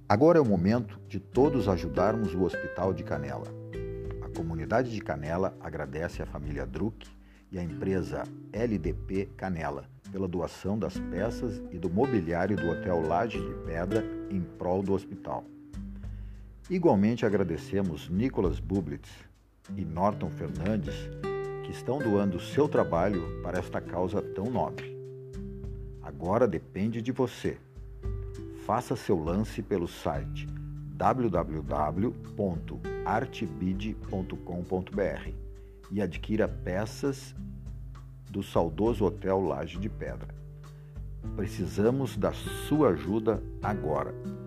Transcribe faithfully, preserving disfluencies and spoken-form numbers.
Agora é o momento de todos ajudarmos o Hospital de Canela. A comunidade de Canela agradece à família Druck e à empresa L D P Canela pela doação das peças e do mobiliário do Hotel Laje de Pedra em prol do hospital. Igualmente agradecemos Nicolas Bublitz e Norton Fernandes, que estão doando seu trabalho para esta causa tão nobre. Agora depende de você. Faça seu lance pelo site w w w ponto artbid ponto com ponto b r e adquira peças do saudoso Hotel Laje de Pedra. Precisamos da sua ajuda agora.